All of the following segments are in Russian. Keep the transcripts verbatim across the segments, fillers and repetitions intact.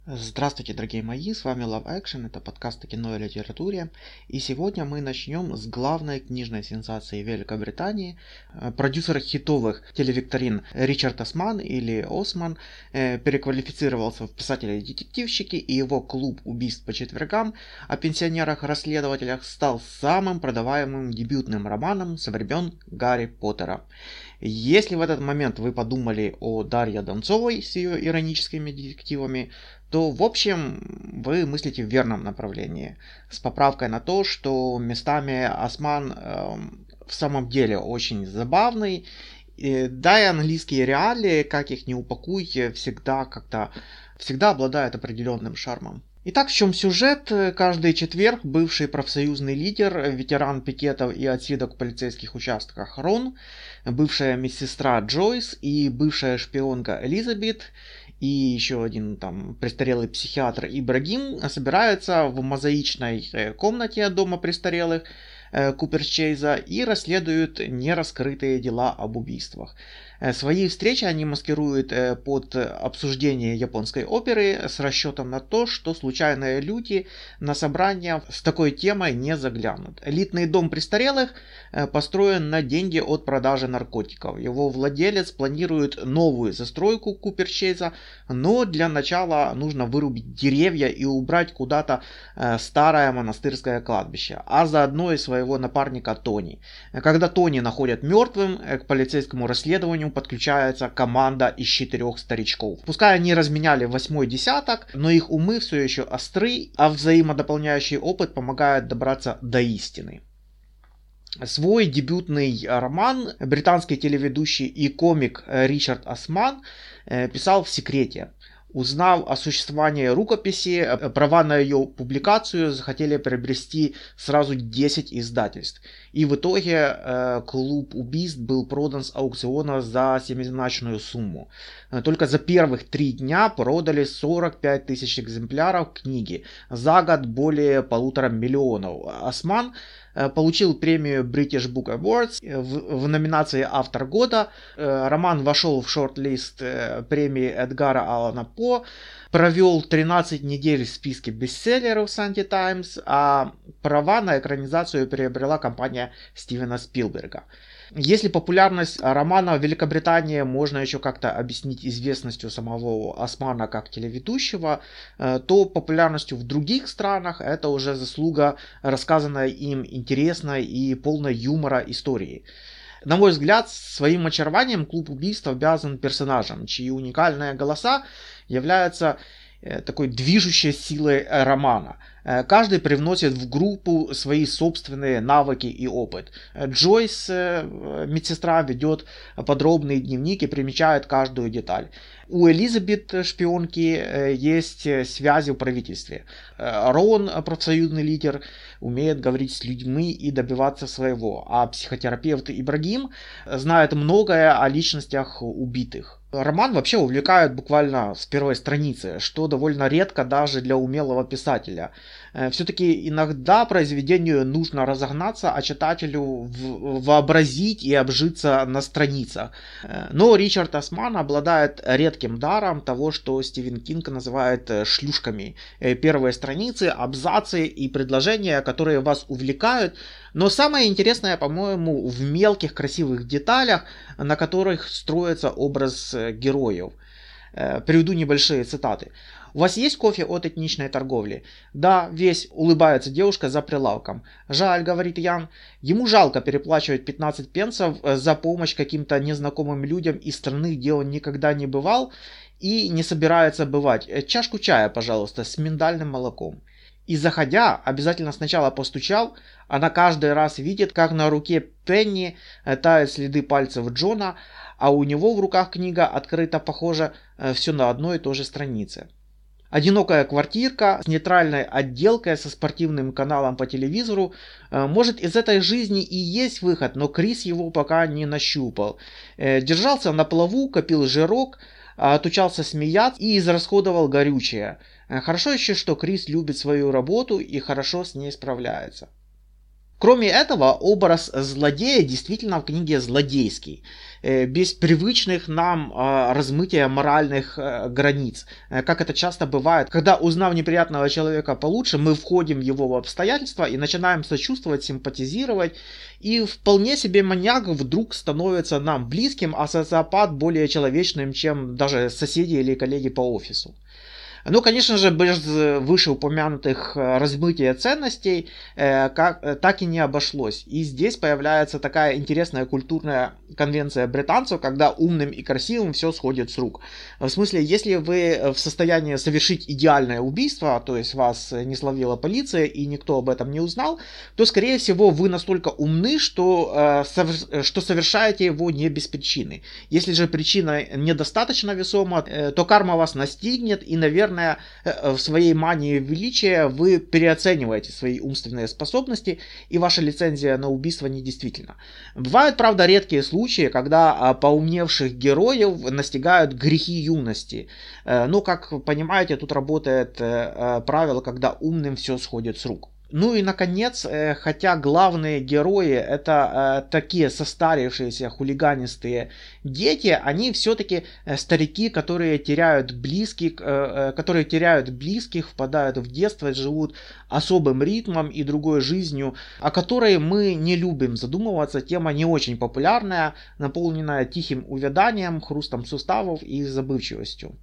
Здравствуйте, дорогие мои, с вами Love Action, это подкаст о кино и литературе, и сегодня мы начнем с главной книжной сенсации Великобритании. Продюсер хитовых телевикторин Ричард Осман или Осман переквалифицировался в писателя-детективщики, и его клуб убийств по четвергам о пенсионерах-расследователях стал самым продаваемым дебютным романом со времен Гарри Поттера. Если в этот момент вы подумали о Дарье Донцовой с ее ироническими детективами, то, в общем, вы мыслите в верном направлении, с поправкой на то, что местами Осман э, в самом деле очень забавный, и, да и английские реалии, как их не упакуйте, всегда как-то, всегда обладают определенным шармом. Итак, в чем сюжет? Каждый четверг бывший профсоюзный лидер, ветеран пикетов и отсидок в полицейских участках Рон, бывшая медсестра Джойс и бывшая шпионка Элизабет и еще один там престарелый психиатр Ибрагим собираются в мозаичной комнате дома престарелых Куперчейза и расследуют нераскрытые дела об убийствах. Свои встречи они маскируют под обсуждение японской оперы с расчетом на то, что случайные люди на собрания с такой темой не заглянут. Элитный дом престарелых построен на деньги от продажи наркотиков. Его владелец планирует новую застройку Куперчейза, но для начала нужно вырубить деревья и убрать куда-то старое монастырское кладбище, а заодно и своего напарника Тони. Когда Тони находят мертвым, к полицейскому расследованию подключается команда из четырех старичков. Пускай они разменяли восьмой десяток, но их умы все еще остры, а взаимодополняющий опыт помогает добраться до истины. Свой дебютный роман британский телеведущий и комик Ричард Осман писал в секрете. Узнав о существовании рукописи, права на ее публикацию захотели приобрести сразу десять издательств. И в итоге э, клуб убийств был продан с аукциона за семизначную сумму. Только за первых три дня продали сорок пять тысяч экземпляров книги. За год более полутора миллионов. Осман получил премию British Book Awards в, в номинации «Автор года». Роман вошел в шорт-лист премии Эдгара Аллана По, провел тринадцать недель в списке бестселлеров Sunday Times, а права на экранизацию приобрела компания Стивена Спилберга. Если популярность романа в Великобритании можно еще как-то объяснить известностью самого Османа как телеведущего, то популярностью в других странах это уже заслуга рассказанной им интересной и полной юмора истории. На мой взгляд, своим очарованием клуб убийств обязан персонажам, чьи уникальные голоса являются такой движущей силой романа. Каждый привносит в группу свои собственные навыки и опыт. Джойс, медсестра, ведет подробный дневник и примечает каждую деталь. У Элизабет, шпионки, есть связи в правительстве. Рон, профсоюзный лидер, умеет говорить с людьми и добиваться своего. А психотерапевт Ибрагим знает многое о личностях убитых. Роман вообще увлекает буквально с первой страницы, что довольно редко даже для умелого писателя. Все-таки иногда произведению нужно разогнаться, а читателю вообразить и обжиться на страницах. Но Ричард Осман обладает редким даром того, что Стивен Кинг называет шлюшками. Первые страницы, абзацы и предложения, которые вас увлекают. Но самое интересное, по-моему, в мелких красивых деталях, на которых строится образ героев. Приведу небольшие цитаты. «У вас есть кофе от этничной торговли?» «Да, весь», — улыбается девушка за прилавком. «Жаль», — говорит Ян, — ему жалко переплачивать пятнадцать пенсов за помощь каким-то незнакомым людям из страны, где он никогда не бывал и не собирается бывать. «Чашку чая, пожалуйста, с миндальным молоком». И заходя, обязательно сначала постучал, она каждый раз видит, как на руке Пенни тают следы пальцев Джона, а у него в руках книга открыта, похоже, все на одной и той же странице. Одинокая квартирка с нейтральной отделкой со спортивным каналом по телевизору. Может, из этой жизни и есть выход, но Крис его пока не нащупал. Держался на плаву, копил жирок, отучался смеяться и израсходовал горючее. Хорошо еще, что Крис любит свою работу и хорошо с ней справляется. Кроме этого, образ злодея действительно в книге злодейский, без привычных нам размытия моральных границ, как это часто бывает, когда, узнав неприятного человека получше, мы входим в его обстоятельства и начинаем сочувствовать, симпатизировать, и вполне себе маньяк вдруг становится нам близким, а социопат более человечным, чем даже соседи или коллеги по офису. Ну, конечно же, без вышеупомянутых размытия ценностей э, как, так и не обошлось. И здесь появляется такая интересная культурная конвенция британцев, когда умным и красивым все сходит с рук. В смысле, если вы в состоянии совершить идеальное убийство, то есть вас не словила полиция и никто об этом не узнал, то, скорее всего, вы настолько умны, что, э, совер... что совершаете его не без причины. Если же причина недостаточно весома, э, то карма вас настигнет и, наверное, в своей мании величия вы переоцениваете свои умственные способности, и ваша лицензия на убийство недействительна. Бывают, правда, редкие случаи, когда поумневших героев настигают грехи юности. Ну, как вы понимаете, тут работает правило, когда умным все сходит с рук. Ну и, наконец, хотя главные герои это такие состарившиеся хулиганистые дети, они все-таки старики, которые теряют близких, которые теряют близких, впадают в детство, живут особым ритмом и другой жизнью, о которой мы не любим задумываться. Тема не очень популярная, наполненная тихим увяданием, хрустом суставов и забывчивостью.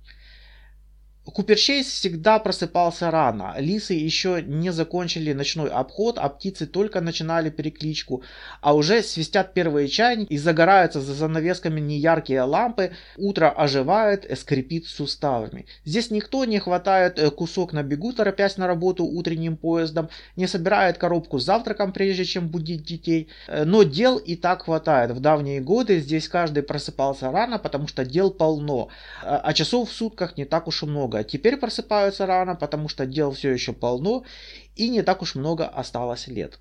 Купер Чейз всегда просыпался рано, лисы еще не закончили ночной обход, а птицы только начинали перекличку, а уже свистят первые чайники и загораются за занавесками неяркие лампы, утро оживает, скрипит суставами. Здесь никто не хватает кусок на бегу, торопясь на работу утренним поездом, не собирает коробку с завтраком, прежде чем будить детей, но дел и так хватает. В давние годы здесь каждый просыпался рано, потому что дел полно, а часов в сутках не так уж и много. Теперь просыпаются рано, потому что дел все еще полно и не так уж много осталось лет.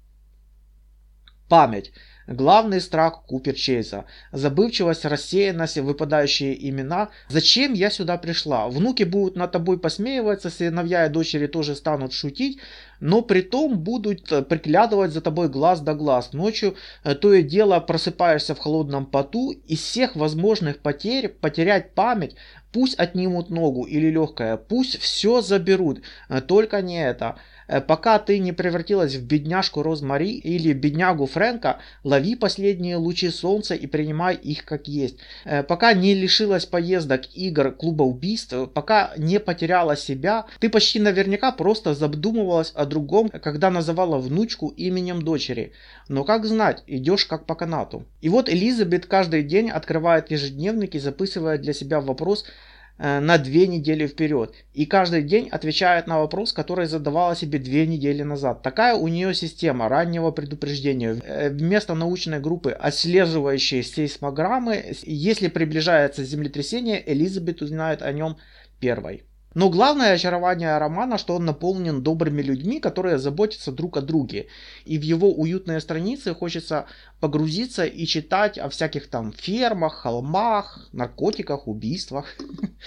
Память. Главный страх Купер Чейза. Забывчивость, рассеянность, выпадающие имена. Зачем я сюда пришла? Внуки будут над тобой посмеиваться, сыновья и дочери тоже станут шутить, но при том будут приглядывать за тобой глаз да глаз. Ночью то и дело просыпаешься в холодном поту. Из всех возможных потерь потерять память, пусть отнимут ногу или легкое, пусть все заберут, только не это. Пока ты не превратилась в бедняжку Розмари или беднягу Фрэнка, лови последние лучи солнца и принимай их как есть. Пока не лишилась поездок, игр, клуба убийств, пока не потеряла себя, ты почти наверняка просто задумывалась о другом, когда называла внучку именем дочери. Но как знать, идешь как по канату. И вот Элизабет каждый день открывает ежедневник и записывает для себя вопрос на две недели вперед. И каждый день отвечает на вопрос, который задавала себе две недели назад. Такая у нее система раннего предупреждения. Вместо научной группы, отслеживающей сейсмограммы, если приближается землетрясение, Элизабет узнает о нем первой. Но главное очарование романа, что он наполнен добрыми людьми, которые заботятся друг о друге. И в его уютные страницы хочется погрузиться и читать о всяких там фермах, холмах, наркотиках, убийствах.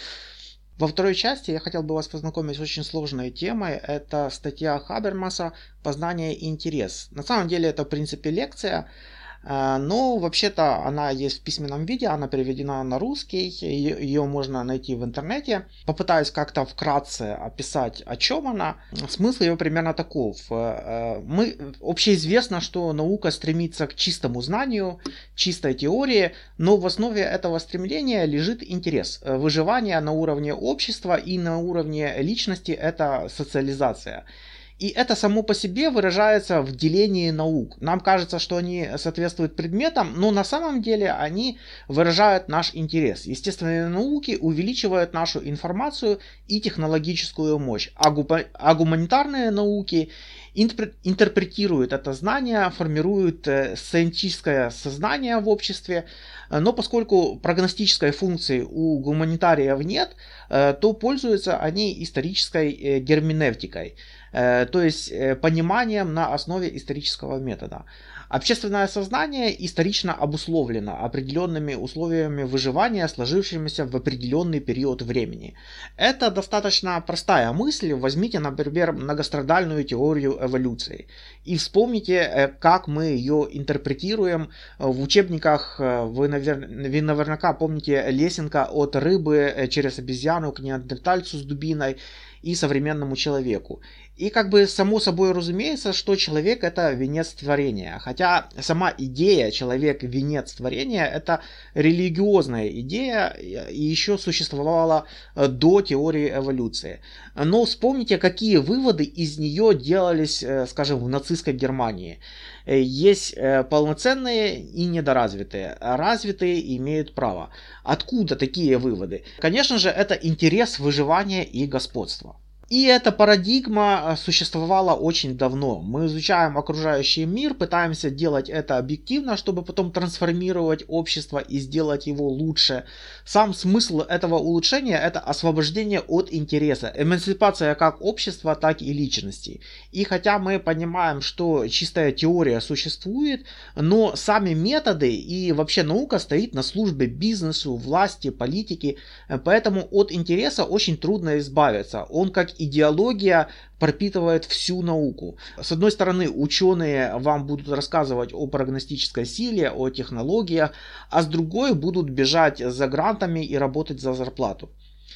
Во второй части я хотел бы вас познакомить с очень сложной темой. Это статья Хабермаса «Познание и интерес». На самом деле это в принципе лекция. Но вообще-то она есть в письменном виде, она переведена на русский, ее можно найти в интернете. Попытаюсь как-то вкратце описать, о чем она. Смысл ее примерно таков. Мы, общеизвестно, что наука стремится к чистому знанию, чистой теории, но в основе этого стремления лежит интерес. Выживание на уровне общества и на уровне личности – это социализация. И это само по себе выражается в делении наук. Нам кажется, что они соответствуют предметам, но на самом деле они выражают наш интерес. Естественные науки увеличивают нашу информацию и технологическую мощь, а, гу- а гуманитарные науки интерпре- интерпретируют это знание, формируют э, сcientific сознание в обществе. Но поскольку прогностической функции у гуманитариев нет, э, то пользуются они исторической э, герменевтикой. То есть пониманием на основе исторического метода. Общественное сознание исторично обусловлено определенными условиями выживания, сложившимися в определенный период времени. Это достаточно простая мысль. Возьмите, например, многострадальную теорию эволюции и вспомните, как мы ее интерпретируем в учебниках. Вы, навер... Вы наверняка помните лесенка от рыбы через обезьяну к неандертальцу с дубиной и современному человеку. И как бы само собой разумеется, что человек — это венец творения. Хотя сама идея «человек — венец творения» — это религиозная идея и еще существовала до теории эволюции. Но вспомните, какие выводы из нее делались, скажем, в нацистской Германии. Есть полноценные и недоразвитые. Развитые имеют право. Откуда такие выводы? Конечно же, это интерес выживания и господства. И эта парадигма существовала очень давно. Мы изучаем окружающий мир, пытаемся делать это объективно, чтобы потом трансформировать общество и сделать его лучше. Сам смысл этого улучшения — это освобождение от интереса, эмансипация как общества, так и личности. И хотя мы понимаем, что чистая теория существует, но сами методы и вообще наука стоит на службе бизнесу, власти, политике, поэтому от интереса очень трудно избавиться. Он как идеология пропитывает всю науку. С одной стороны, ученые вам будут рассказывать о прогностической силе, о технологиях, а с другой будут бежать за грантами и работать за зарплату.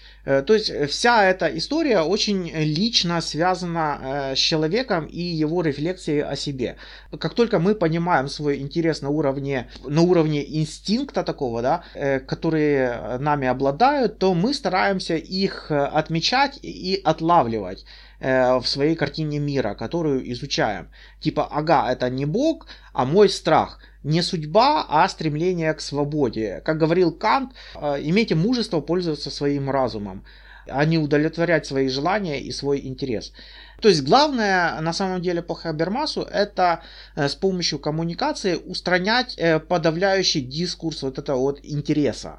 То есть вся эта история очень лично связана с человеком и его рефлексией о себе. Как только мы понимаем свой интерес на уровне, на уровне инстинкта такого, да, которые нами обладают, то мы стараемся их отмечать и отлавливать в своей картине мира, которую изучаем. Типа, ага, это не Бог, а мой страх. Не судьба, а стремление к свободе. Как говорил Кант, имейте мужество пользоваться своим разумом, а не удовлетворять свои желания и свой интерес. То есть главное на самом деле по Хабермасу — это с помощью коммуникации устранять подавляющий дискурс вот этого вот интереса.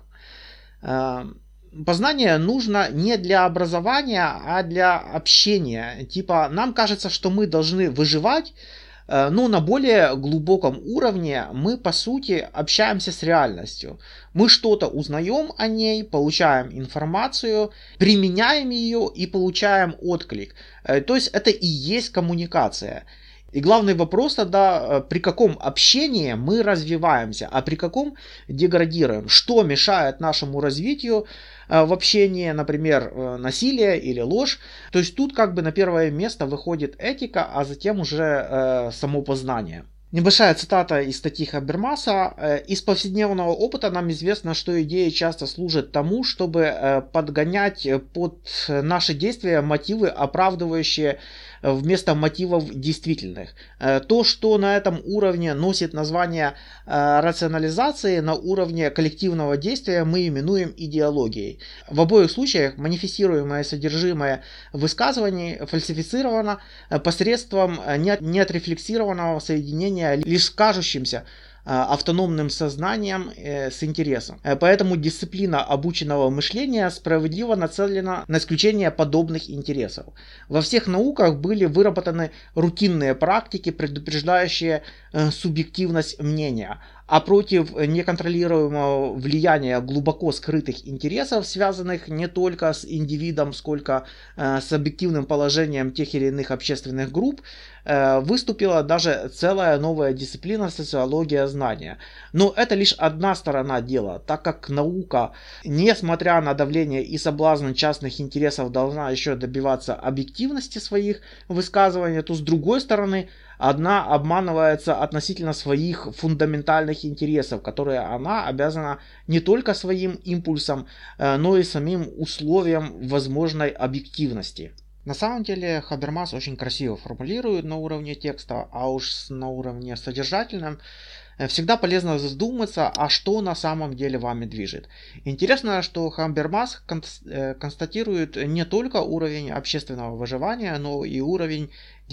Познание нужно не для образования, а для общения. Типа, нам кажется, что мы должны выживать, но на более глубоком уровне мы, по сути, общаемся с реальностью. Мы что-то узнаем о ней, получаем информацию, применяем ее и получаем отклик. То есть это и есть коммуникация. И главный вопрос тогда, при каком общении мы развиваемся, а при каком деградируем. Что мешает нашему развитию в общении, например, насилие или ложь. То есть тут как бы на первое место выходит этика, а затем уже э, само познание. Небольшая цитата из статьи Хабермаса. Из повседневного опыта нам известно, что идеи часто служат тому, чтобы подгонять под наши действия мотивы, оправдывающие вместо мотивов действительных. То, что на этом уровне носит название рационализации, на уровне коллективного действия мы именуем идеологией. В обоих случаях манифестируемое содержимое высказываний фальсифицировано посредством неотрефлексированного соединения лишь кажущимся автономным сознанием с интересом. Поэтому дисциплина обученного мышления справедливо нацелена на исключение подобных интересов. Во всех науках были выработаны рутинные практики, предупреждающие субъективность мнения. А против неконтролируемого влияния глубоко скрытых интересов, связанных не только с индивидом, сколько э, с объективным положением тех или иных общественных групп, э, выступила даже целая новая дисциплина — социология знания. Но это лишь одна сторона дела, так как наука, несмотря на давление и соблазн частных интересов, должна еще добиваться объективности своих высказываний, то с другой стороны одна обманывается относительно своих фундаментальных интересов, которые она обязана не только своим импульсом, но и самим условиям возможной объективности. На самом деле Хабермас очень красиво формулирует на уровне текста, а уж на уровне содержательном всегда полезно задуматься, а что на самом деле вами движет. Интересно, что Хабермас констатирует не только уровень общественного выживания, но и уровень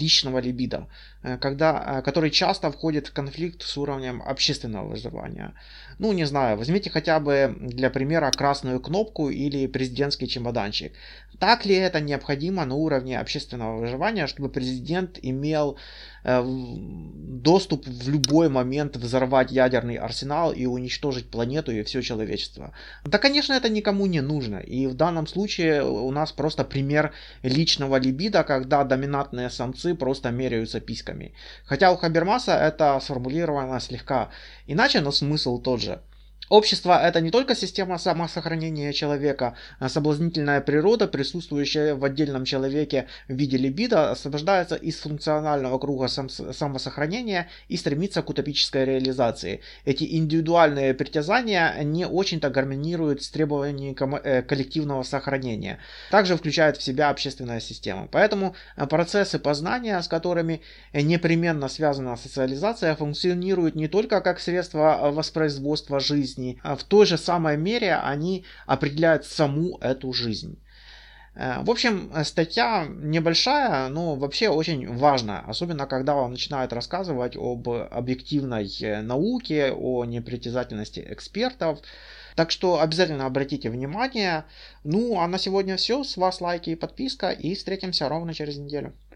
личного либидо, когда, который часто входит в конфликт с уровнем общественного выживания. Ну, не знаю, возьмите хотя бы для примера красную кнопку или президентский чемоданчик. Так ли это необходимо на уровне общественного выживания, чтобы президент имел э, доступ в любой момент взорвать ядерный арсенал и уничтожить планету и все человечество? Да, конечно, это никому не нужно. И в данном случае у нас просто пример личного либидо, когда доминантные самцы просто меряются письками. Хотя у Хабермаса это сформулировано слегка иначе, но смысл тот же. Общество — это не только система самосохранения человека, а соблазнительная природа, присутствующая в отдельном человеке в виде либидо, освобождается из функционального круга сам- самосохранения и стремится к утопической реализации. Эти индивидуальные притязания не очень-то гармонируют с требованиями коллективного сохранения. Также включают в себя общественная система. Поэтому процессы познания, с которыми непременно связана социализация, функционируют не только как средство воспроизводства жизни, а в той же самой мере они определяют саму эту жизнь. В общем, статья небольшая, но вообще очень важная, особенно когда вам начинают рассказывать об объективной науке, о непритязательности экспертов. Так что обязательно обратите внимание. Ну, а на сегодня все. С вас лайки и подписка, и встретимся ровно через неделю.